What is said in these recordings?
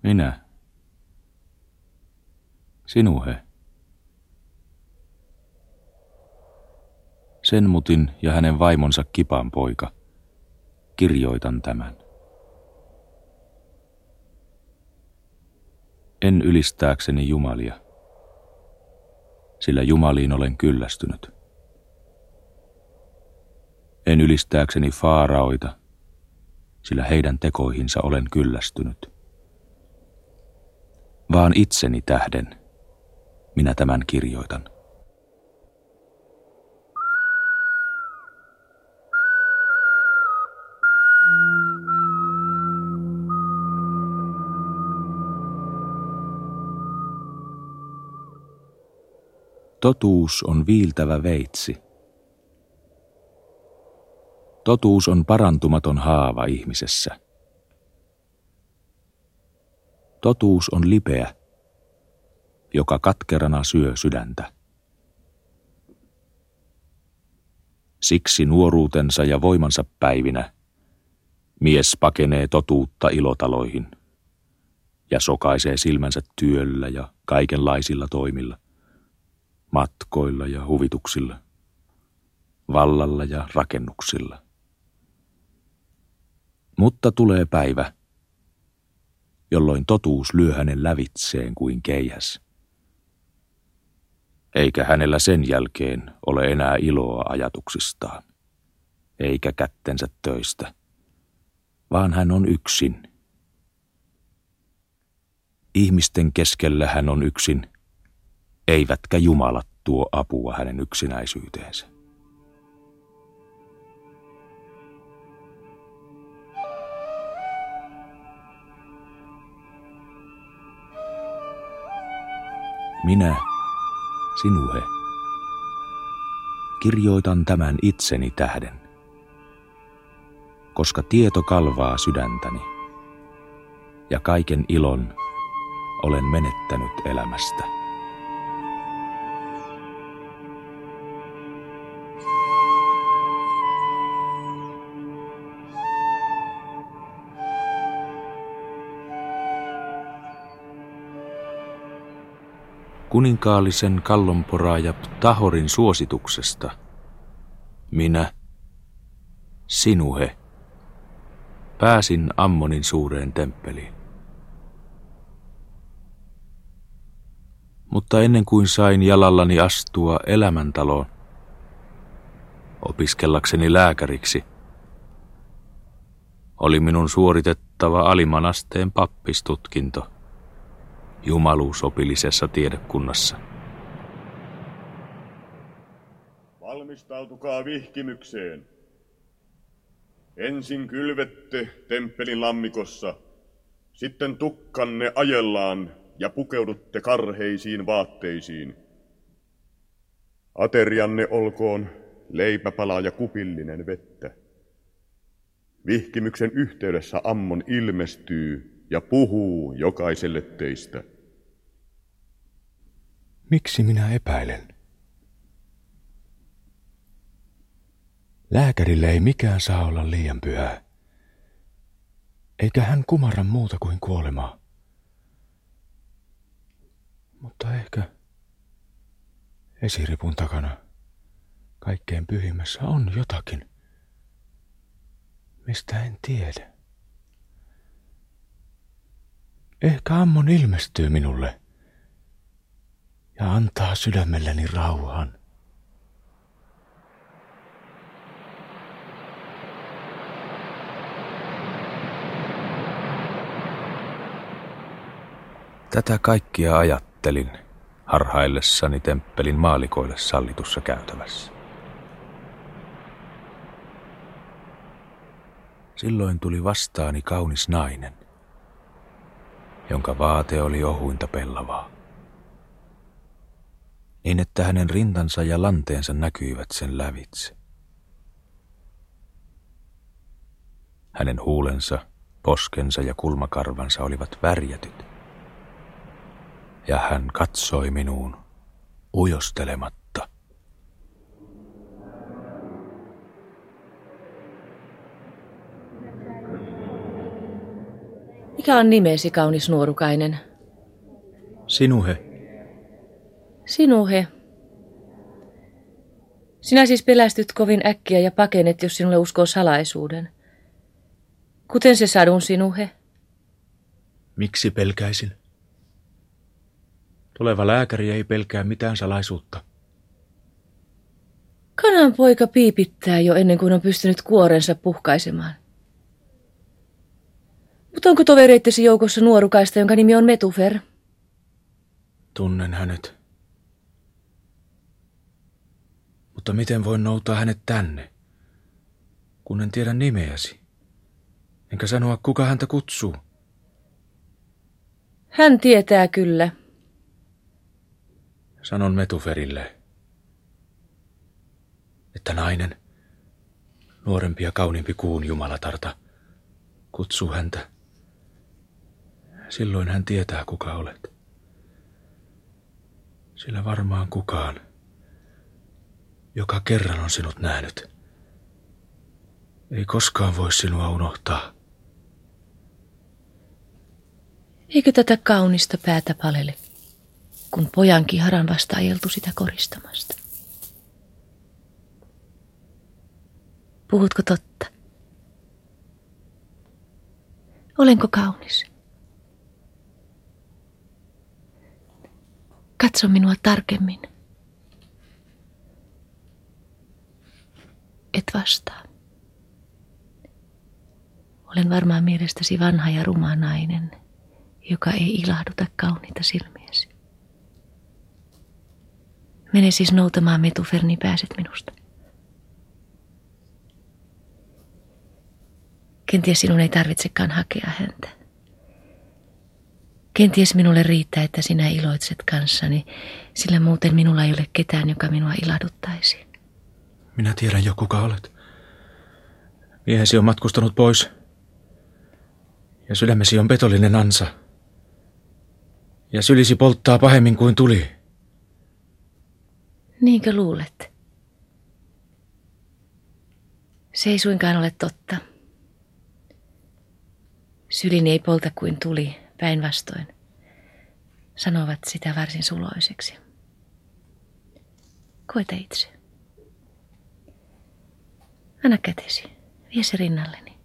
Minä. Sinuhe. Senmutin ja hänen vaimonsa Kipan poika. Kirjoitan tämän. En ylistääkseni jumalia, sillä jumaliin olen kyllästynyt. En ylistääkseni faaraoita, sillä heidän tekoihinsa olen kyllästynyt. Vaan itseni tähden minä tämän kirjoitan. Totuus on viiltävä veitsi. Totuus on parantumaton haava ihmisessä. Totuus on lipeä, joka katkerana syö sydäntä. Siksi nuoruutensa ja voimansa päivinä mies pakenee totuutta ilotaloihin ja sokaisee silmänsä työllä ja kaikenlaisilla toimilla, matkoilla ja huvituksilla, vallalla ja rakennuksilla. Mutta tulee päivä, jolloin totuus lyö hänen lävitseen kuin keihäs. Eikä hänellä sen jälkeen ole enää iloa ajatuksistaan, eikä kättensä töistä, vaan hän on yksin. Ihmisten keskellä hän on yksin, eivätkä jumalat tuo apua hänen yksinäisyyteensä. Minä, sinuhe, kirjoitan tämän itseni tähden, koska tieto kalvaa sydäntäni ja kaiken ilon olen menettänyt elämästä. Kuninkaallisen kallonporaaja Tahorin suosituksesta minä, sinuhe, pääsin Ammonin suureen temppeliin. Mutta ennen kuin sain jalallani astua elämäntaloon, opiskellakseni lääkäriksi, oli minun suoritettava alimman asteen pappistutkinto jumaluusopillisessa tiedekunnassa. Valmistautukaa vihkimykseen. Ensin kylvette temppelin lammikossa, sitten tukkanne ajellaan ja pukeudutte karheisiin vaatteisiin. Aterianne olkoon leipäpala ja kupillinen vettä. Vihkimyksen yhteydessä Ammon ilmestyy ja puhuu jokaiselle teistä. Miksi minä epäilen? Lääkärille ei mikään saa olla liian pyhää, eikä hän kumarra muuta kuin kuolemaa. Mutta ehkä esiripun takana kaikkein pyhimmässä on jotakin, mistä en tiedä. Ehkä Ammon ilmestyy minulle ja antaa sydämelleni rauhan. Tätä kaikkia ajattelin harhaillessani temppelin maalikoille sallitussa käytävässä. Silloin tuli vastaani kaunis nainen, jonka vaate oli ohuinta pellavaa, niin että hänen rintansa ja lanteensa näkyivät sen lävitse. Hänen huulensa, poskensa ja kulmakarvansa olivat värjätyt, ja hän katsoi minuun ujostelematta. Mikä on nimesi, kaunis nuorukainen? Sinuhe. Sinuhe. Sinä siis pelästyt kovin äkkiä ja pakenet, jos sinulle uskoo salaisuuden. Kuten se sadun, Sinuhe? Miksi pelkäisin? Tuleva lääkäri ei pelkää mitään salaisuutta. Kanan poika piipittää jo ennen kuin on pystynyt kuorensa puhkaisemaan. Mutta onko tovereittesi joukossa nuorukaista, jonka nimi on Metufer? Tunnen hänet. Mutta miten voin noutaa hänet tänne, kun en tiedä nimeäsi? Enkä sanoa, kuka häntä kutsuu. Hän tietää kyllä. Sanon Metuferille, että nainen, nuorempi ja kauniimpi kuun jumalatarta, kutsuu häntä. Silloin hän tietää, kuka olet. Sillä varmaan kukaan, joka kerran on sinut nähnyt, ei koskaan voi sinua unohtaa. Eikö tätä kaunista päätä palele, kun pojan kiharan vasta ajeltu sitä koristamasta? Puhutko totta? Olenko kaunis? Katso minua tarkemmin. Et vastaa. Olen varmaan mielestäsi vanha ja ruma nainen, joka ei ilahduta kauniita silmiäsi. Mene siis noutamaan Metufer, niin pääset minusta. Kenties sinun ei tarvitsekaan hakea häntä. Kenties minulle riittää, että sinä iloitset kanssani, sillä muuten minulla ei ole ketään, joka minua ilahduttaisi. Minä tiedän jo, kuka olet. Miehesi on matkustanut pois. Ja sydämesi on petollinen ansa. Ja sylisi polttaa pahemmin kuin tuli. Niinkö luulet? Se ei suinkaan ole totta. Sylini ei polta kuin tuli, päinvastoin. Sanovat sitä varsin suloiseksi. Koeta itse. Anna kätesi, vie se rinnalleni.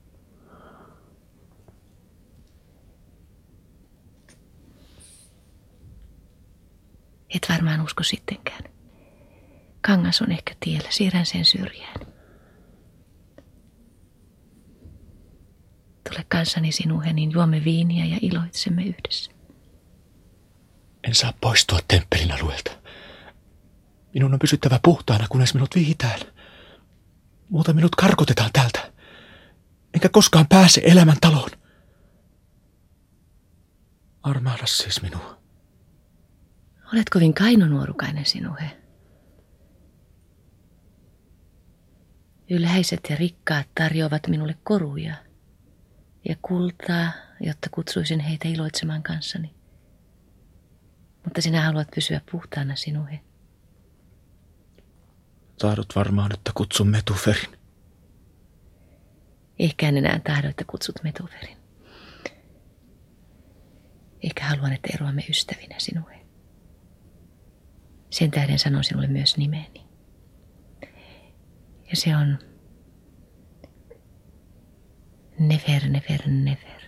Et varmaan usko sittenkään. Kangas on ehkä tiellä, siirrän sen syrjään. Tule kanssani, Sinuhe, niin juomme viiniä ja iloitsemme yhdessä. En saa poistua temppelin alueelta. Minun on pysyttävä puhtaana, kunnes minut vihitään. Muuten minut karkotetaan täältä. Enkä koskaan pääse elämän taloon. Armahda siis minua. Olet kovin kainonuorukainen, Sinuhe. Ylhäiset ja rikkaat tarjoavat minulle koruja ja kultaa, jotta kutsuisin heitä iloitsemaan kanssani. Mutta sinä haluat pysyä puhtaana, Sinuhe. Tahdot varmaan, että kutsun Metuferin. Ehkä en enää tahdo, että kutsut Metuferin. Ehkä haluan, että eroamme ystävinä, Sinuhe. Sen tähden sanon sinulle myös nimeni. Ja se on Nefer, Nefer, Nefer.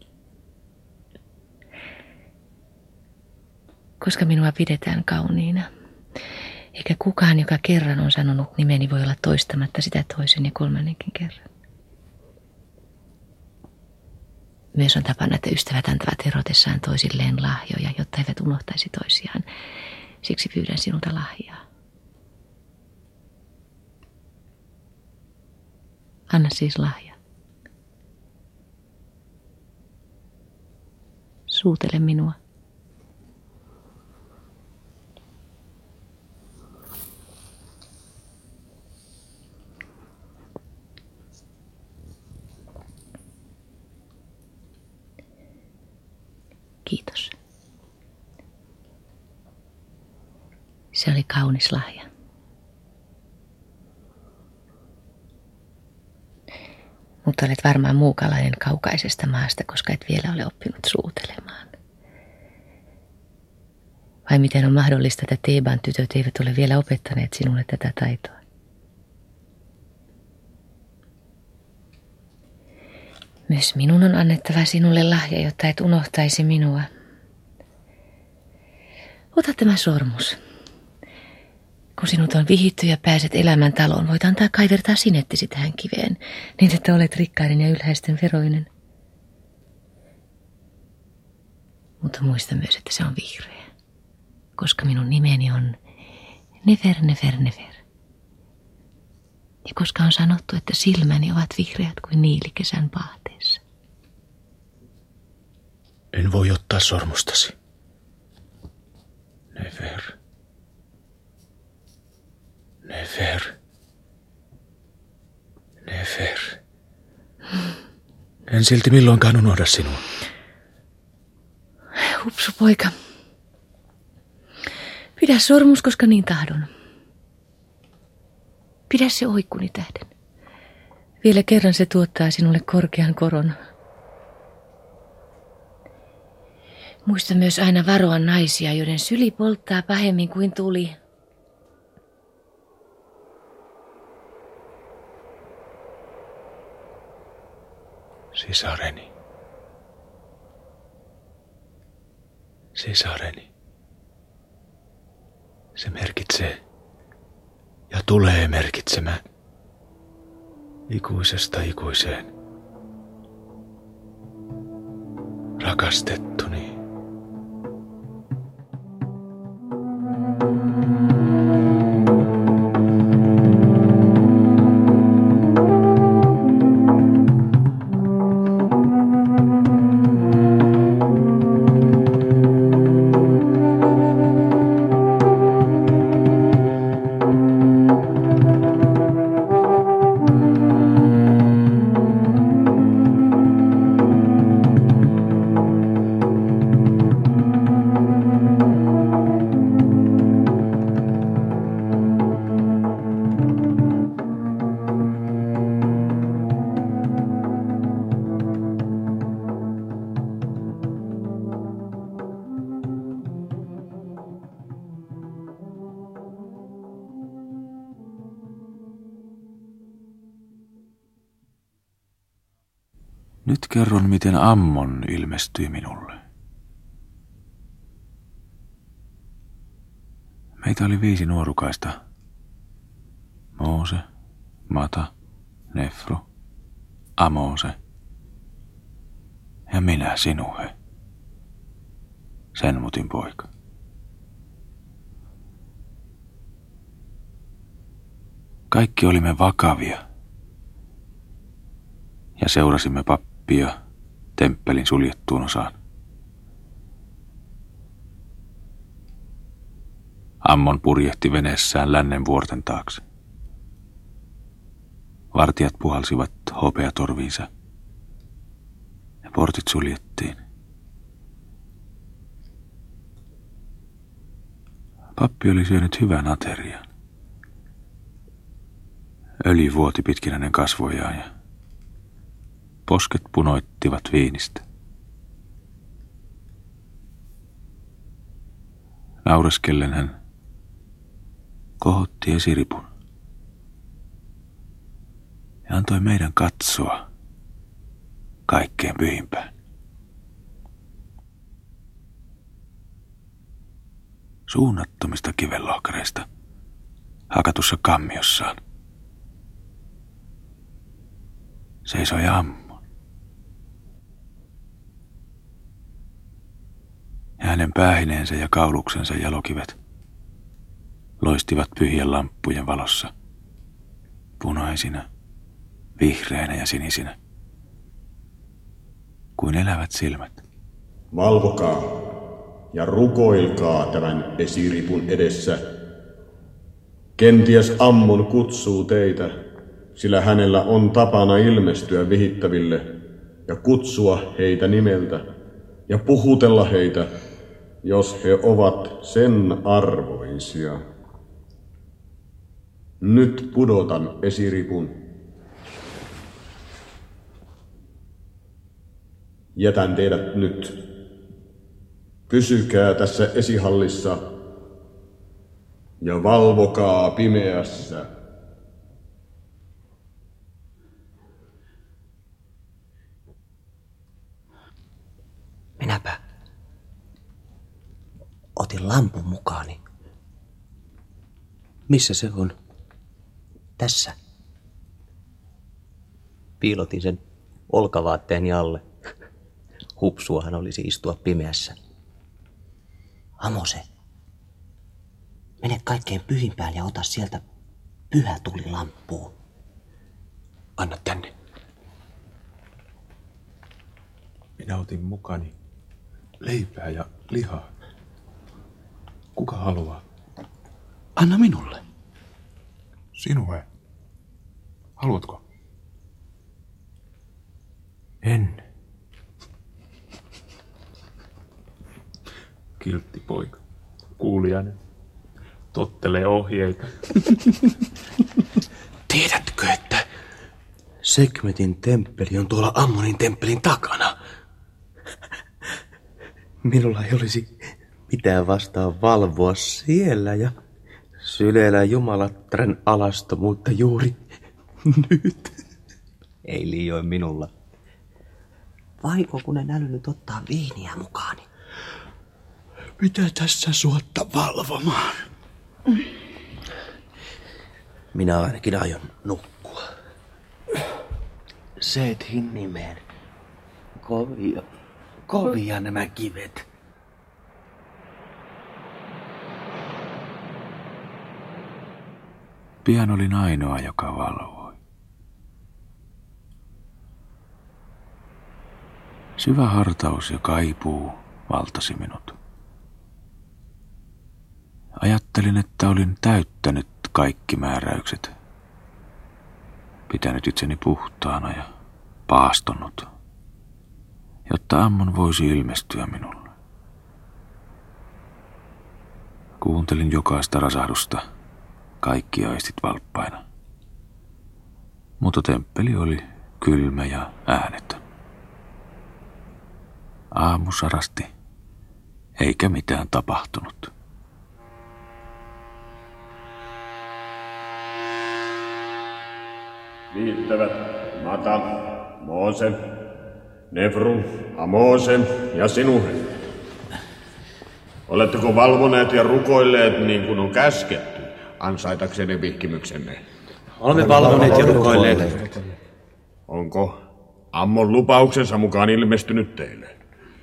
Koska minua pidetään kauniina, eikä kukaan, joka kerran on sanonut nimeni, voi olla toistamatta sitä toisen ja kolmannenkin kerran. Myös on tapana, että ystävät antavat erotessaan toisilleen lahjoja, jotta eivät unohtaisi toisiaan. Siksi pyydän sinulta lahjaa. Anna siis lahja. Suutele minua. Kiitos. Se oli kaunis lahja. Mutta olet varmaan muukalainen kaukaisesta maasta, koska et vielä ole oppinut suutelemaan. Vai miten on mahdollista, että Teeban tytöt eivät ole vielä opettaneet sinulle tätä taitoa? Myös minun on annettava sinulle lahja, jotta et unohtaisi minua. Ota tämä sormus. Kun sinut on vihitty ja pääset elämän taloon, voit antaa kaivertaa sinettisi tähän kiveen, niin että olet rikkaiden ja ylhäisten veroinen. Mutta muista myös, että se on vihreä, koska minun nimeni on Nefer, Nefer, Nefer. Ja koska on sanottu, että silmäni ovat vihreät kuin niili kesän paahteessa. En voi ottaa sormustasi. Nefer. Nefer. Nefer. En silti milloinkaan unohda sinua. Hupsu poika. Pidä sormus, koska niin tahdon. Pidä se oikkuni tähden. Vielä kerran se tuottaa sinulle korkean koron. Muista myös aina varoa naisia, joiden syli polttaa pahemmin kuin tuli. Sisareni. Sisareni. Se merkitsee ja tulee merkitsemään ikuisesta ikuiseen. Rakastettuni. Nyt kerron, miten Ammon ilmestyi minulle. Meitä oli 5 nuorukaista. Moose, Mata, Nefro, Amose ja minä, Sinuhe, Senmutin poika. Kaikki olimme vakavia ja seurasimme pappia temppelin suljettuun osaan. Ammon purjehti veneessään lännen vuorten taakse. Vartijat puhalsivat hopeatorviinsa ja portit suljettiin. Pappi oli syönyt hyvän aterian. Öljy vuoti pitkin hänen kasvojaan ja posket punoittivat viinistä. Naureskellen hän kohotti esiripun ja antoi meidän katsoa kaikkein pyhimpään. Suunnattomista kivenlohkareista hakatussa kammiossaan seisoi Ammon. Ja hänen päähineensä ja kauluksensa jalokivet loistivat pyhien lamppujen valossa, punaisina, vihreinä ja sinisinä, kuin elävät silmät. Valvokaa ja rukoilkaa tämän esiripun edessä. Kenties Ammon kutsuu teitä, sillä hänellä on tapana ilmestyä vihittäville ja kutsua heitä nimeltä ja puhutella heitä, jos he ovat sen arvoisia. Nyt pudotan esiripun. Jätän teidät nyt. Pysykää tässä esihallissa ja valvokaa pimeässä. Minäpä otin lampun mukaani. Missä se on? Tässä. Piilotin sen olkavaatteeni alle. Hupsuahan olisi istua pimeässä. Amose, mene kaikkein pyhimpään ja ota sieltä pyhä tulilamppuun. Anna tänne. Minä otin mukani leipää ja lihaa. Kuka haluaa? Anna minulle. Sinue. Haluatko? En. Kiltti poika. Kuulijainen. Tottelee ohjeita. Tiedätkö, että Sekhmetin temppeli on tuolla Ammonin temppelin takana? Minulla ei olisi mitään vastaan valvoa siellä ja syleillä jumalattaren alastomuutta juuri nyt. Ei liioin minulla. Vaiko kun en älynyt ottaa viiniä mukaani? Mitä tässä suotta valvomaan? Minä ainakin aion nukkua. Seethin nimeen. Kovia nämä kivet. Pian olin ainoa, joka valvoi. Syvä hartaus ja kaipuu valtasi minut. Ajattelin, että olin täyttänyt kaikki määräykset, pitänyt itseni puhtaana ja paastonut, jotta Ammon voisi ilmestyä minulle. Kuuntelin jokaista rasahdusta, kaikki aistit valppaina. Mutta temppeli oli kylmä ja äänetön. Aamu sarasti, eikä mitään tapahtunut. Liittävät Mata, Moose, Nefru, Amose ja Sinuhe. Oletteko valvoneet ja rukoilleet niin kuin on käsketty, ansaitaksenne vihkimyksenne? Olemme valvoneet ja rukoilleet. Onko Ammon lupauksensa mukaan ilmestynyt teille?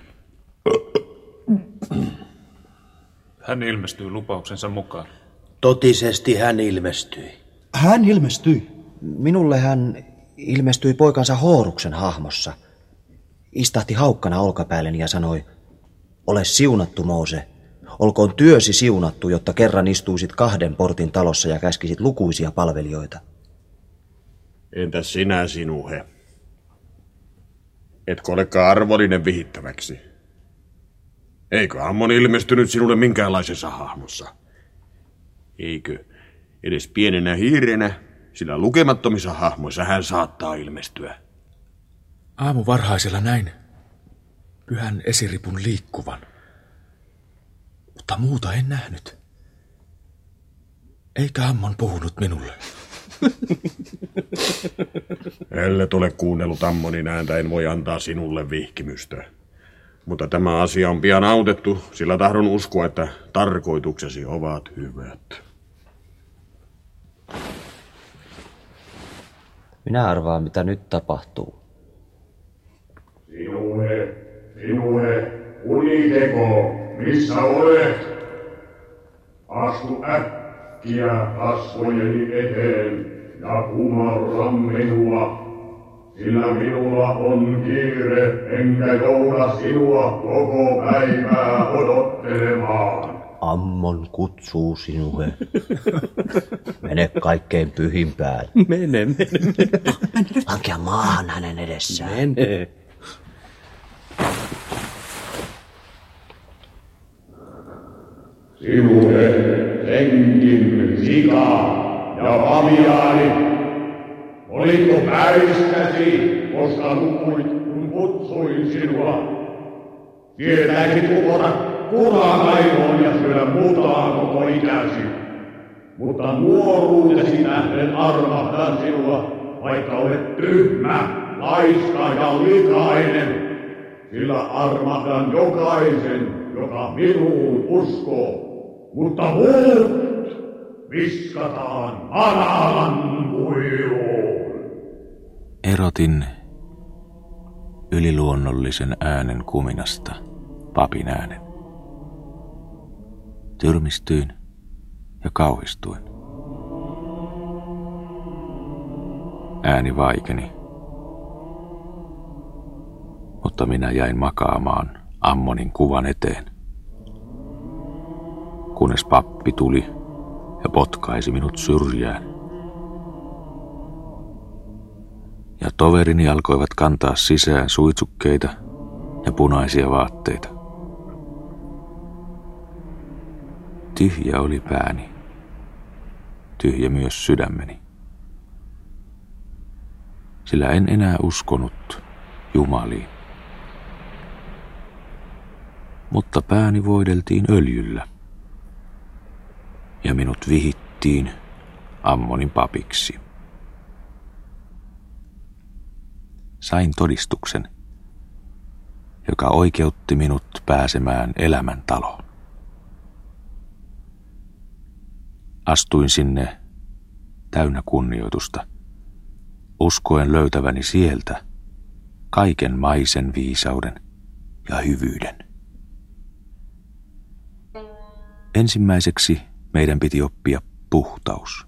Hän ilmestyy lupauksensa mukaan. Totisesti hän ilmestyi. Hän ilmestyi. Minulle hän ilmestyi poikansa Hooruksen hahmossa. Istahti haukkana olkapäälleni ja sanoi, ole siunattu, Moose. Olkoon työsi siunattu, jotta kerran istuisit 2 portin talossa ja käskisit lukuisia palvelijoita. Entäs sinä, Sinuhe? Etkö olekaan arvollinen vihittäväksi? Eikö Ammon ilmestynyt sinulle minkäänlaisessa hahmossa? Eikö edes pienenä hiirenä, sillä lukemattomissa hahmoissa hän saattaa ilmestyä? Aamu varhaisella näin pyhän esiripun liikkuvan, mutta muuta en nähnyt. Eikä Ammon puhunut minulle. Ellet ole kuunnellut Ammonin ääntä, en voi antaa sinulle vihkimystä. Mutta tämä asia on pian autettu, sillä tahdon uskoa, että tarkoituksesi ovat hyvät. Minä arvaan, mitä nyt tapahtuu. Sinuhe, uniteko, missä olet? Astu äkkiä kasvojeni eteen ja kumarra minua, sillä minulla on kiire, enkä jouda sinua koko päivää odottelemaan. Ammon kutsuu Sinuhe. Mene kaikkein pyhimpään. Mene. Lankea maahan hänen edessään. Mene. Sinuhe, renkin, sika ja paviaani, olitko päissäsi, koska nukuit, kun kutsuin sinua. Tietäisit upota kurakaivoon ja syödä mutaa koko ikäsi. Mutta nuoruutesi tähden armahdan sinua, vaikka olet tyhmä, laiska ja likainen. Sillä armahdan jokaisen, joka minuun uskoo. Mutta muut viskataan matalan kuiluun. Erotin yliluonnollisen äänen kuminasta papin äänen. Tyrmistyin ja kauhistuin. Ääni vaikeni, mutta minä jäin makaamaan Ammonin kuvan eteen, kunnes pappi tuli ja potkaisi minut syrjään. Ja toverini alkoivat kantaa sisään suitsukkeita ja punaisia vaatteita. Tyhjä oli pääni, tyhjä myös sydämeni, sillä en enää uskonut jumaliin. Mutta pääni voideltiin öljyllä ja minut vihittiin Ammonin papiksi. Sain todistuksen, joka oikeutti minut pääsemään elämän taloon. Astuin sinne täynnä kunnioitusta, uskoen löytäväni sieltä kaiken maisen viisauden ja hyvyyden. Ensimmäiseksi meidän piti oppia puhtaus.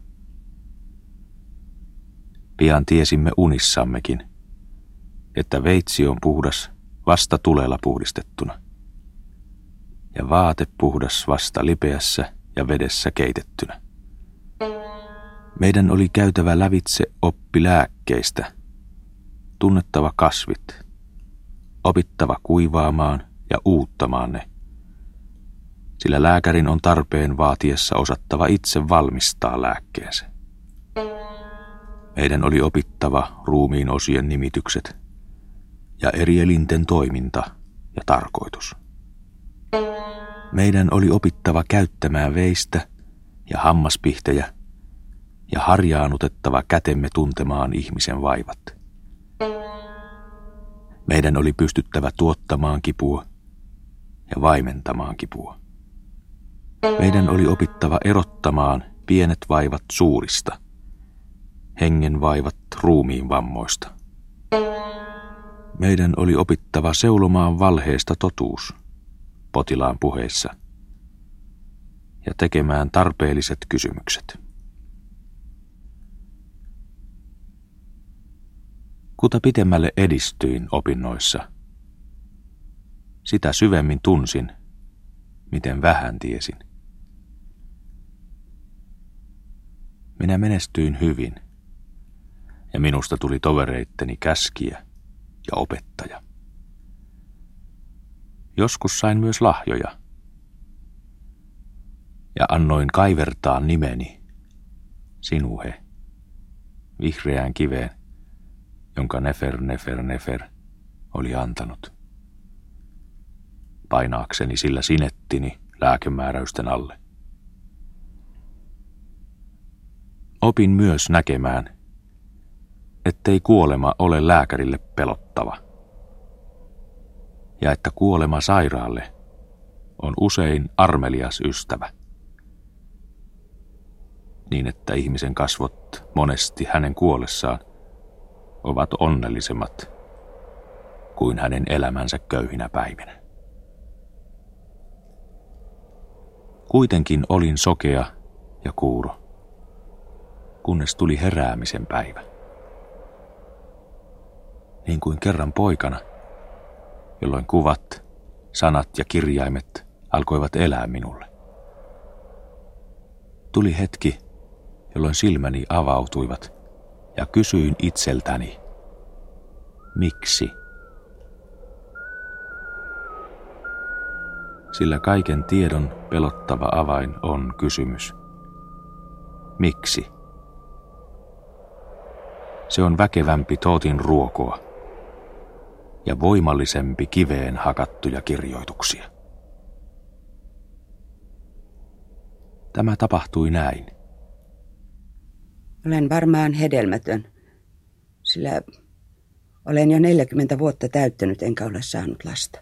Pian tiesimme unissammekin, että veitsi on puhdas vasta tulella puhdistettuna ja vaate puhdas vasta lipeässä ja vedessä keitettynä. Meidän oli käytävä lävitse oppi lääkkeistä, tunnettava kasvit, opittava kuivaamaan ja uuttamaan ne, sillä lääkärin on tarpeen vaatiessa osattava itse valmistaa lääkkeensä. Meidän oli opittava ruumiin osien nimitykset ja eri elinten toiminta ja tarkoitus. Meidän oli opittava käyttämään veistä ja hammaspihtejä ja harjaanutettava kätemme tuntemaan ihmisen vaivat. Meidän oli pystyttävä tuottamaan kipua ja vaimentamaan kipua. Meidän oli opittava erottamaan pienet vaivat suurista, hengen vaivat ruumiin vammoista. Meidän oli opittava seulomaan valheesta totuus potilaan puheissa ja tekemään tarpeelliset kysymykset. Kuta pitemmälle edistyin opinnoissa, sitä syvemmin tunsin, miten vähän tiesin. Minä menestyin hyvin, ja minusta tuli tovereitteni käskijä ja opettaja. Joskus sain myös lahjoja, ja annoin kaivertaa nimeni, Sinuhe, vihreään kiveen, jonka Nefer oli antanut, painaakseni sillä sinettini lääkemääräysten alle. Opin myös näkemään, ettei kuolema ole lääkärille pelottava, ja että kuolema sairaalle on usein armelias ystävä, niin että ihmisen kasvot monesti hänen kuollessaan ovat onnellisemmat kuin hänen elämänsä köyhinä päivinä. Kuitenkin olin sokea ja kuuro, kunnes tuli heräämisen päivä. Niin kuin kerran poikana, jolloin kuvat, sanat ja kirjaimet alkoivat elää minulle. Tuli hetki, jolloin silmäni avautuivat ja kysyin itseltäni, miksi? Sillä kaiken tiedon pelottava avain on kysymys. Miksi? Se on väkevämpi tootin ruokoa. ja voimallisempi kiveen hakattuja kirjoituksia. Tämä tapahtui näin. Olen varmaan hedelmätön, sillä olen jo 40 vuotta täyttänyt enkä ole saanut lasta.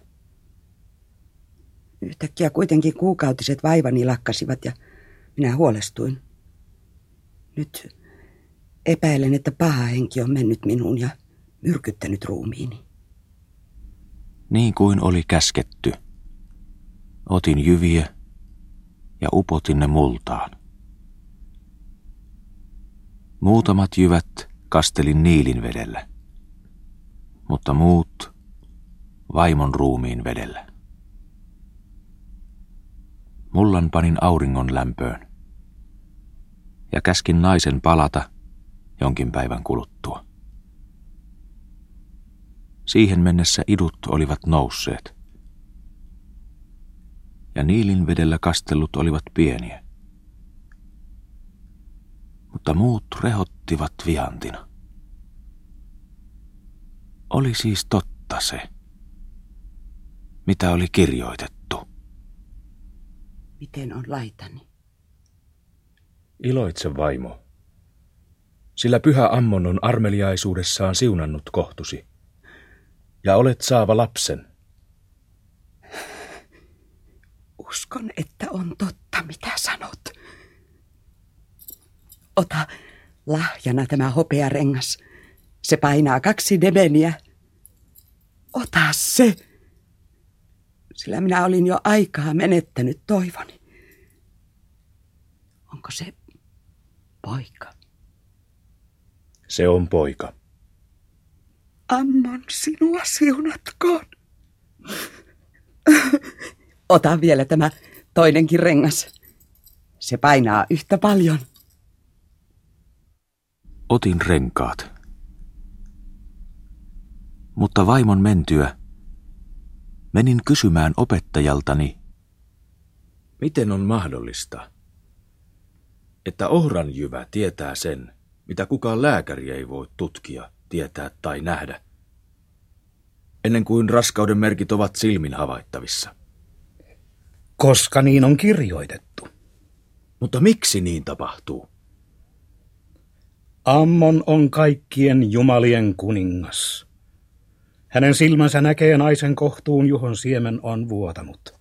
Yhtäkkiä kuitenkin kuukautiset vaivani lakkasivat ja minä huolestuin. Nyt epäilen, että paha henki on mennyt minuun ja myrkyttänyt ruumiini. Niin kuin oli käsketty, otin jyviä ja upotin ne multaan. Muutamat jyvät kastelin Niilin vedellä, mutta muut vaimon ruumiin vedellä. Mullan panin auringon lämpöön ja käskin naisen palata jonkin päivän kuluttua. Siihen mennessä idut olivat nousseet ja Niilin vedellä kastellut olivat pieniä, mutta muut rehottivat vihantina. Oli siis totta se, mitä oli kirjoitettu. Miten on laitani? Iloitse, vaimo, sillä pyhä Ammon on armeliaisuudessaan siunannut kohtusi, ja olet saava lapsen. Uskon, että on totta, mitä sanot. Ota lahjana tämä hopearengas. Se painaa 2 demeniä. Ota se, sillä minä olin jo aikaa menettänyt toivoni. Onko se poika? Se on poika. Ammon sinua siunatkoon. Ota vielä tämä toinenkin rengas. Se painaa yhtä paljon. Otin renkaat. Mutta vaimon mentyä menin kysymään opettajaltani, miten on mahdollista, että ohranjyvä tietää sen, mitä kukaan lääkäri ei voi tutkia, tietää tai nähdä, ennen kuin raskauden merkit ovat silmin havaittavissa. Koska niin on kirjoitettu. Mutta miksi niin tapahtuu? Ammon on kaikkien jumalien kuningas. Hänen silmänsä näkee naisen kohtuun, johon siemen on vuotanut.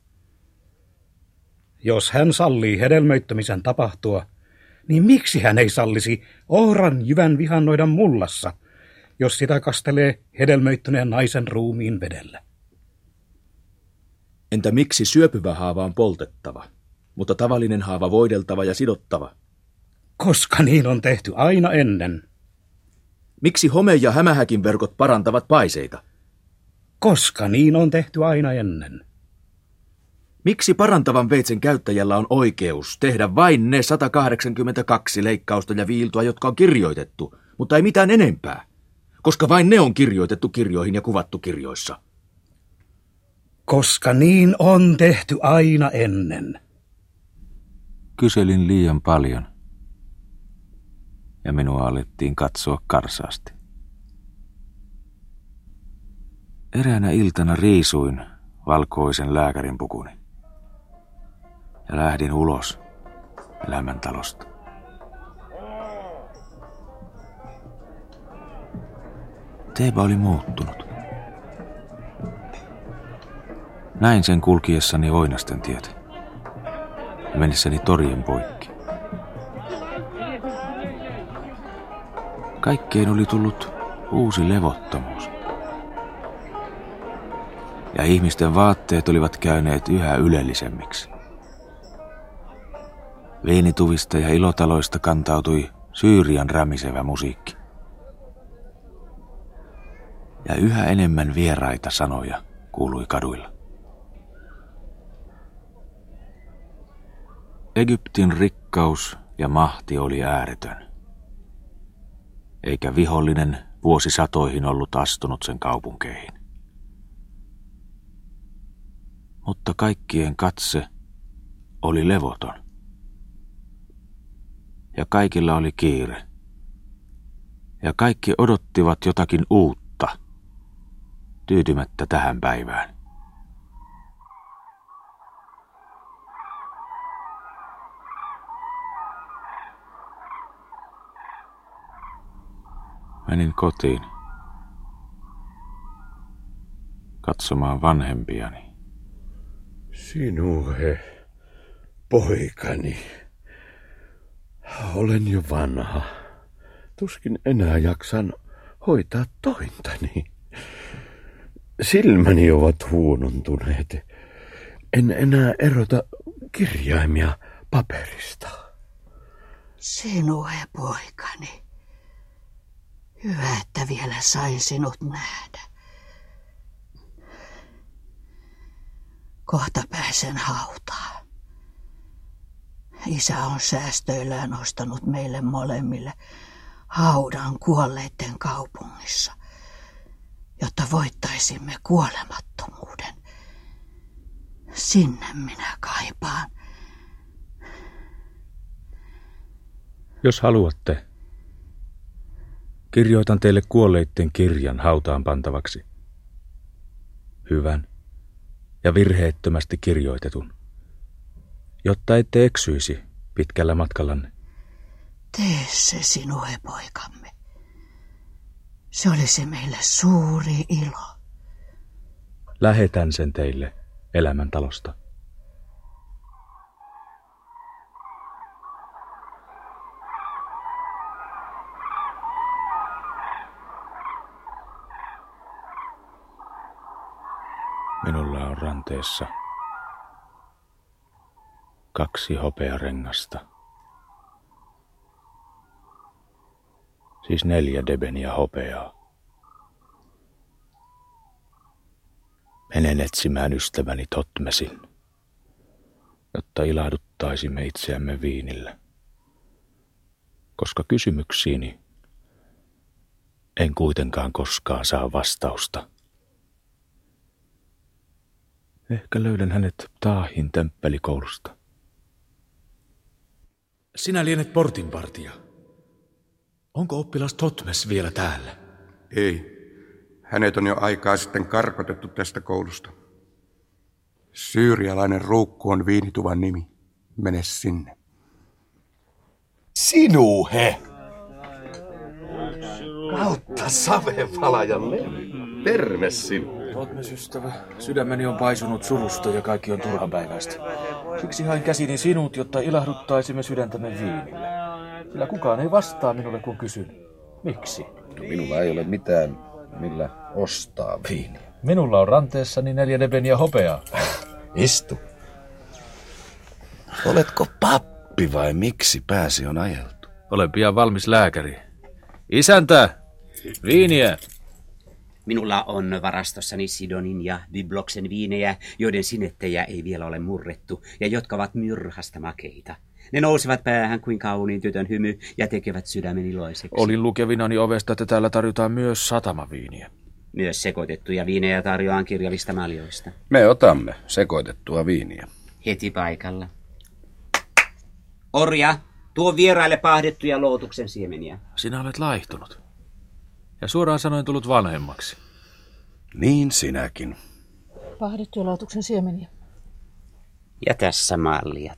Jos hän sallii hedelmöittämisen tapahtua, niin miksi hän ei sallisi ohran jyvän vihannoida mullassa, jos sitä kastelee hedelmöittyneen naisen ruumiin vedellä? Entä miksi syöpyvä haava on poltettava, mutta tavallinen haava voideltava ja sidottava? Koska niin on tehty aina ennen. Miksi home- ja hämähäkin verkot parantavat paiseita? Koska niin on tehty aina ennen. Miksi parantavan veitsen käyttäjällä on oikeus tehdä vain ne 182 leikkausta ja viiltoa, jotka on kirjoitettu, mutta ei mitään enempää, koska vain ne on kirjoitettu kirjoihin ja kuvattu kirjoissa? Koska niin on tehty aina ennen. Kyselin liian paljon ja minua alettiin katsoa karsaasti. Eräänä iltana riisuin valkoisen lääkärin pukuni ja lähdin ulos elämäntalosta. Teeba oli muuttunut. Näin sen kulkiessani Oinasten tietä ja mennessäni torien poikki. Kaikkeen oli tullut uusi levottomuus. Ja ihmisten vaatteet olivat käyneet yhä ylellisemmiksi. Viinituvista ja ilotaloista kantautui Syyrian rämisevä musiikki. Ja yhä enemmän vieraita sanoja kuului kaduilla. Egyptin rikkaus ja mahti oli ääretön, eikä vihollinen vuosisatoihin ollut astunut sen kaupunkeihin. Mutta kaikkien katse oli levoton. Ja kaikilla oli kiire. Ja kaikki odottivat jotakin uutta, tyytymättä tähän päivään. Menin kotiin katsomaan vanhempiani. Sinuhe, poikani. Olen jo vanha. Tuskin enää jaksan hoitaa tointani. Silmäni ovat huonontuneet. En enää erota kirjaimia paperista. Sinuhe, poikani. Hyvä, että vielä sain sinut nähdä. Kohta pääsen hautaan. Isä on säästöillään ostanut meille molemmille haudan kuolleiden kaupungissa, jotta voittaisimme kuolemattomuuden. Sinne minä kaipaan. Jos haluatte, kirjoitan teille kuolleitten kirjan hautaan pantavaksi. Hyvän ja virheettömästi kirjoitetun, jotta ette eksyisi pitkällä matkallanne. Tee se, sinuhe, poikamme. Se olisi meille suuri ilo. Lähetän sen teille elämäntalosta. Minulla on ranteessa 2 hopearengasta. Siis 4 debeniä hopeaa. Menen etsimään ystäväni Thotmesin, jotta ilahduttaisimme itseämme viinillä. Koska kysymyksiini en kuitenkaan koskaan saa vastausta. Ehkä löydän hänet Taahin temppelikoulusta. Sinä lienet portinvartija. Onko oppilas Thotmes vielä täällä? Ei. Hänet on jo aikaa sitten karkotettu tästä koulusta. Syyrialainen ruukku on viinituvan nimi. Mene sinne. Sinuhe! Kautta savenvalajan levy. Terve sinuhe. Thotmes, ystävä, sydämeni on paisunut surusta ja kaikki on turhanpäiväistä. Siksi hain käsini sinut, jotta ilahduttaisimme sydäntämme viinillä. Sillä kukaan ei vastaa minulle, kun kysyn. Miksi? No, minulla ei ole mitään, millä ostaa viiniä. Minulla on ranteessani 4 debeniä hopeaa. Istu. Oletko pappi vai miksi pääsi on ajeltu? Olen pian valmis lääkäri. Isäntä! Viiniä! Minulla on varastossani Sidonin ja Bibloksen viinejä, joiden sinettejä ei vielä ole murrettu ja jotka ovat myrhasta makeita. Ne nousevat päähän kuin kauniin tytön hymy ja tekevät sydämen iloiseksi. Olin lukevinani ovesta, että täällä tarjotaan myös satamaviiniä. Myös sekoitettuja viinejä tarjoaan kirjavista maljoista. Me otamme sekoitettua viiniä. Heti paikalla. Orja, tuo vieraille paahdettuja lootuksen siemeniä. Sinä olet laihtunut. Ja suoraan sanoen tullut vanhemmaksi. Niin sinäkin. Paahdettuja lootuksen siemeniä. Ja tässä malliat.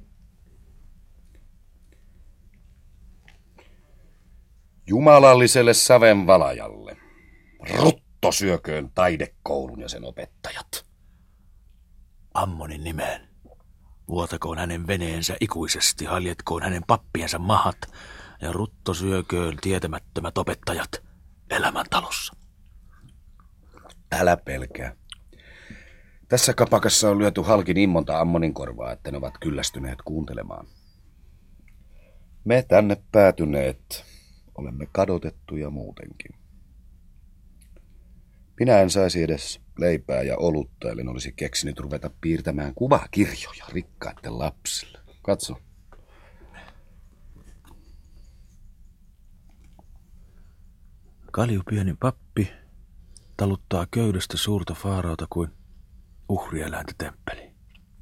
Jumalalliselle savenvalajalle. Rutto syököön taidekoulun ja sen opettajat. Ammonin nimeen. Vuotakoon hänen veneensä ikuisesti, haljetkoon hänen pappiensa mahat ja rutto syököön tietämättömät opettajat elämäntalossa. Älä pelkää. Tässä kapakassa on lyöty halki niin monta Ammonin korvaa, että ne ovat kyllästyneet kuuntelemaan. Me tänne päätyneet olemme kadotettuja muutenkin. Minä en saisi edes leipää ja olutta, eli olisi keksinyt ruveta piirtämään kuvakirjoja rikkaiden lapsille. Katso. Kaljupieni pappi taluttaa köydestä suurta faaraota kuin uhrieläintä temppeliin.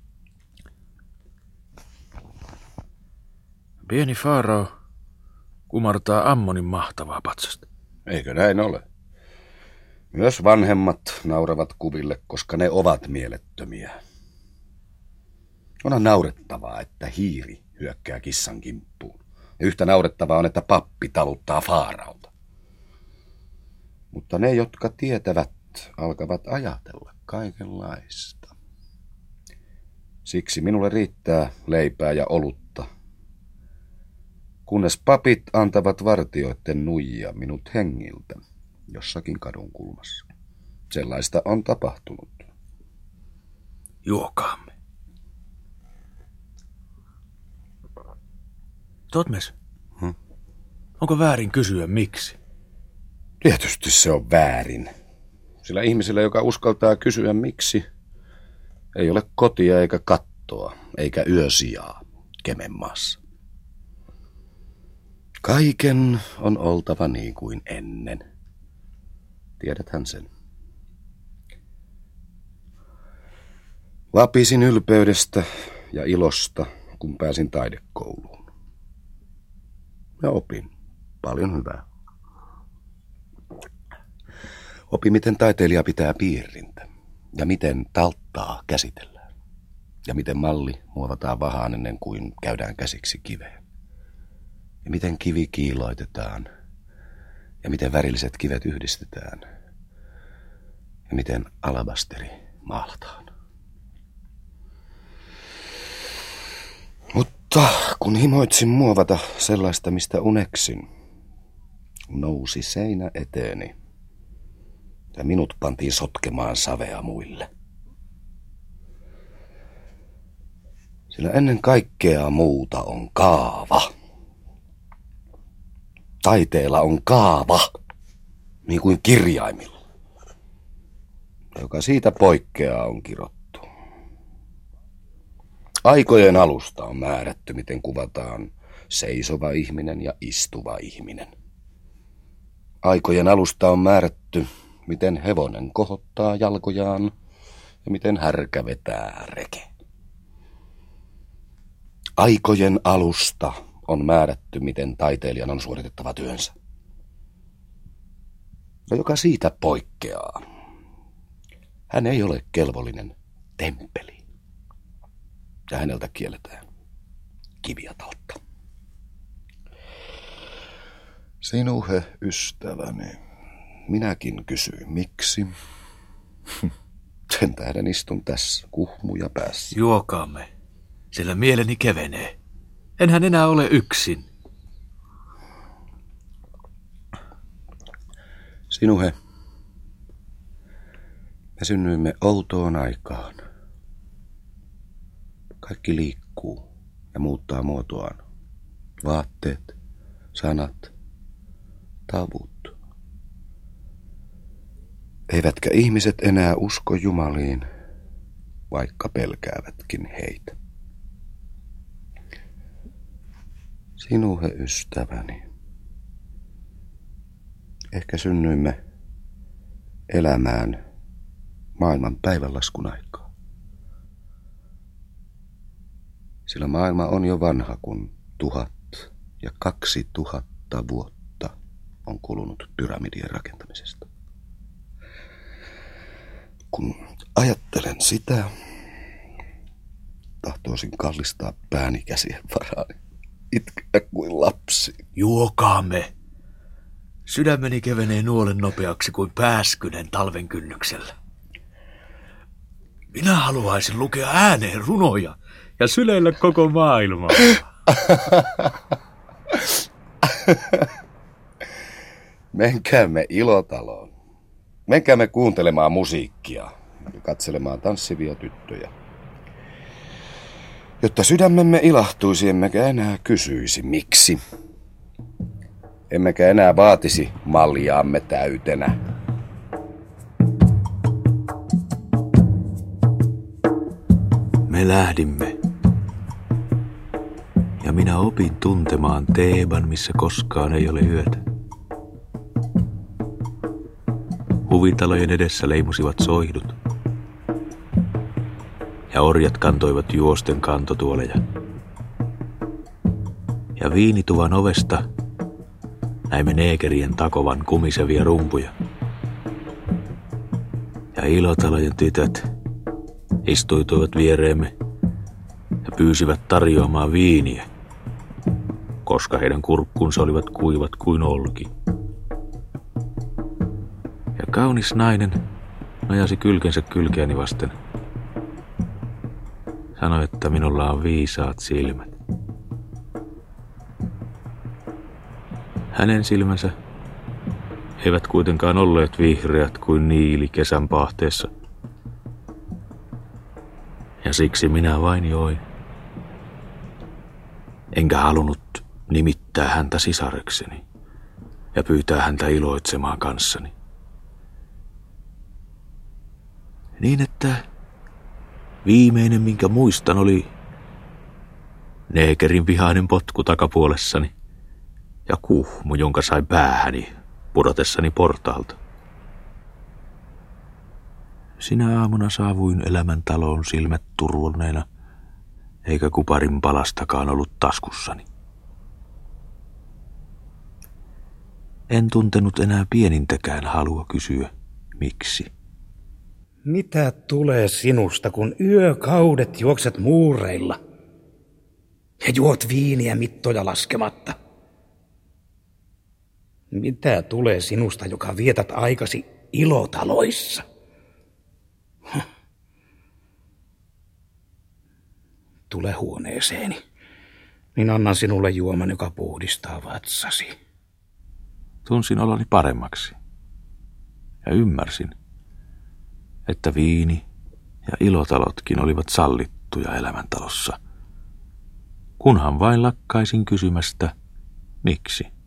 Pieni faarao kumartaa Ammonin mahtavaa patsasta. Eikö näin ole? Myös vanhemmat nauravat kuville, koska ne ovat mielettömiä. Onhan naurettavaa, että hiiri hyökkää kissan kimppuun. Ja yhtä naurettavaa on, että pappi taluttaa Faaraolta. Mutta ne, jotka tietävät, alkavat ajatella kaikenlaista. Siksi minulle riittää leipää ja olutta, kunnes papit antavat vartijoiden nuijia minut hengiltä jossakin kadun kulmassa. Sellaista on tapahtunut. Juokaamme. Totmes, onko väärin kysyä miksi? Tietysti se on väärin. Sillä ihmisellä, joka uskaltaa kysyä miksi, ei ole kotia eikä kattoa, eikä yösijaa Kemenmaassa. Kaiken on oltava niin kuin ennen. Tiedäthän sen. Vapisin ylpeydestä ja ilosta, kun pääsin taidekouluun. Ja opin paljon hyvää. Opin, miten taiteilija pitää piirrintä, ja miten talttaa käsitellään, ja miten malli muovataan vahaan ennen kuin käydään käsiksi kiveen, ja miten kivi kiiloitetaan, ja miten värilliset kivet yhdistetään, ja miten alabasteri maalataan. Mutta kun himoitsin muovata sellaista, mistä uneksin, nousi seinä eteeni, ja minut pantiin sotkemaan savea muille. Sillä ennen kaikkea muuta on kaava. Taiteella on kaava, niin kuin kirjaimilla, joka siitä poikkeaa on kirottu. Aikojen alusta on määrätty, miten kuvataan seisova ihminen ja istuva ihminen. Aikojen alusta on määrätty, miten hevonen kohottaa jalkojaan ja miten härkä vetää reke. Aikojen alusta on määrätty, miten taiteilijan on suoritettava työnsä. Ja joka siitä poikkeaa, hän ei ole kelvollinen temppeli. Ja häneltä kielletään kiviataltta. Sinuhe, ystäväni, minäkin kysyin miksi. Sen tähden istun tässä kuhmuja päässä. Juokaamme, sillä mieleni kevenee. Enhän enää ole yksin. Sinuhe, me synnyimme outoon aikaan. Kaikki liikkuu ja muuttaa muotoaan. Vaatteet, sanat, tavut. Eivätkä ihmiset enää usko jumaliin, vaikka pelkäävätkin heitä. Sinuhe, ystäväni, ehkä synnyimme elämään maailman päivänlaskun aikaa. Sillä maailma on jo vanha, kun 1000 ja 2000 vuotta on kulunut pyramidien rakentamisesta. Kun ajattelen sitä, tahtoisin kallistaa pääni käsien varaani, itkeä kuin lapsi. Juokaamme. Sydämeni kevenee nuolen nopeaksi kuin pääskynen talven kynnyksellä. Minä haluaisin lukea ääneen runoja ja syleillä koko maailmaa. Menkäämme ilotaloon. Menkäämme kuuntelemaan musiikkia ja katselemaan tanssivia tyttöjä. Jotta sydämemme ilahtuisi, emmekä enää kysyisi miksi. Emmekä enää vaatisi maljaamme täytenä. Me lähdimme. Ja minä opin tuntemaan Teeban, missä koskaan ei ole yötä. Huvitalojen edessä leimusivat soihdut. Ja orjat kantoivat juosten kantotuoleja. Ja viinituvan ovesta näimme neekerien takovan kumisevia rumpuja. ilotalojen tytöt istuituivat viereemme ja pyysivät tarjoamaan viiniä, koska heidän kurkkunsa olivat kuivat kuin olki. Ja kaunis nainen nojasi kylkensä kylkeäni vasten. Sanoi, että minulla on viisaat silmät. Hänen silmänsä eivät kuitenkaan olleet vihreät kuin niili kesän pahteessa. Ja siksi minä vain join. Enkä halunnut nimittää häntä sisarekseni ja pyytää häntä iloitsemaan kanssani. Niin että viimeinen, minkä muistan, oli neekerin vihainen potku takapuolessani ja kuhmu, jonka sai päähäni pudotessani portaalta. Sinä aamuna saavuin elämäntaloon silmät turvonneena, eikä kuparin palastakaan ollut taskussani. En tuntenut enää pienintäkään halua kysyä, miksi. Mitä tulee sinusta, kun yökaudet juokset muureilla ja juot viiniä mittoja laskematta? Mitä tulee sinusta, joka vietät aikasi ilotaloissa? Tule huoneeseeni, niin annan sinulle juoman, joka puhdistaa vatsasi. Tunsin oloni paremmaksi ja ymmärsin, että viini ja ilotalotkin olivat sallittuja elämäntalossa, kunhan vain lakkaisin kysymästä, miksi.